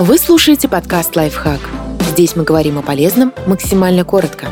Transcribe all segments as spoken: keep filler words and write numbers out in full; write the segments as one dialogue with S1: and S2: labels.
S1: Вы слушаете подкаст «Лайфхак». Здесь мы говорим о полезном максимально коротко.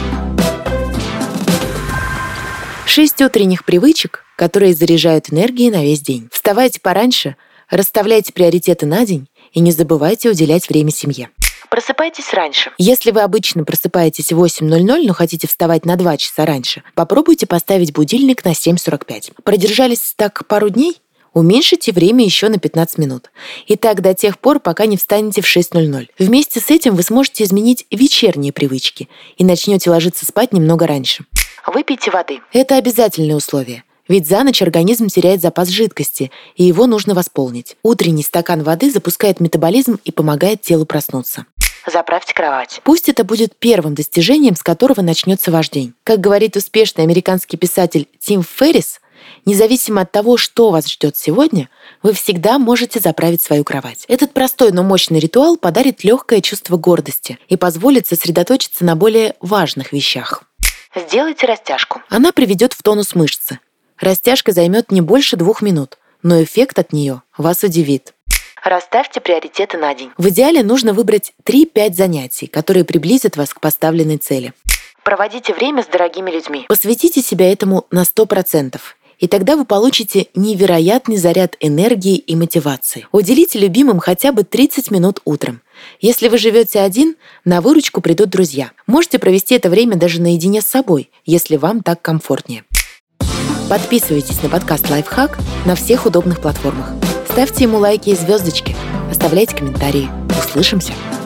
S1: Шесть утренних привычек, которые заряжают энергией на весь день. Вставайте пораньше, расставляйте приоритеты на день и не забывайте уделять время семье. Просыпайтесь раньше. Если вы обычно просыпаетесь в восемь ноль ноль, но хотите вставать на два часа раньше, попробуйте поставить будильник на семь сорок пять. Продержались так пару дней? Уменьшите время еще на пятнадцать минут. И так до тех пор, пока не встанете в шесть ноль ноль. Вместе с этим вы сможете изменить вечерние привычки и начнете ложиться спать немного раньше. Выпейте воды. Это обязательное условие. Ведь за ночь организм теряет запас жидкости, и его нужно восполнить. Утренний стакан воды запускает метаболизм и помогает телу проснуться. Заправьте кровать. Пусть это будет первым достижением, с которого начнется ваш день. Как говорит успешный американский писатель Тим Феррис, независимо от того, что вас ждет сегодня, вы всегда можете заправить свою кровать. Этот простой, но мощный ритуал подарит легкое чувство гордости и позволит сосредоточиться на более важных вещах. Сделайте растяжку. Она приведет в тонус мышцы. Растяжка займет не больше двух минут, но эффект от нее вас удивит. Расставьте приоритеты на день. В идеале нужно выбрать три-пять занятий, которые приблизят вас к поставленной цели. Проводите время с дорогими людьми. Посвятите себя этому на сто процентов. И тогда вы получите невероятный заряд энергии и мотивации. Уделите любимым хотя бы тридцать минут утром. Если вы живете один, на выручку придут друзья. Можете провести это время даже наедине с собой, если вам так комфортнее. Подписывайтесь на подкаст «Лайфхак» на всех удобных платформах. Ставьте ему лайки и звездочки. Оставляйте комментарии. Услышимся!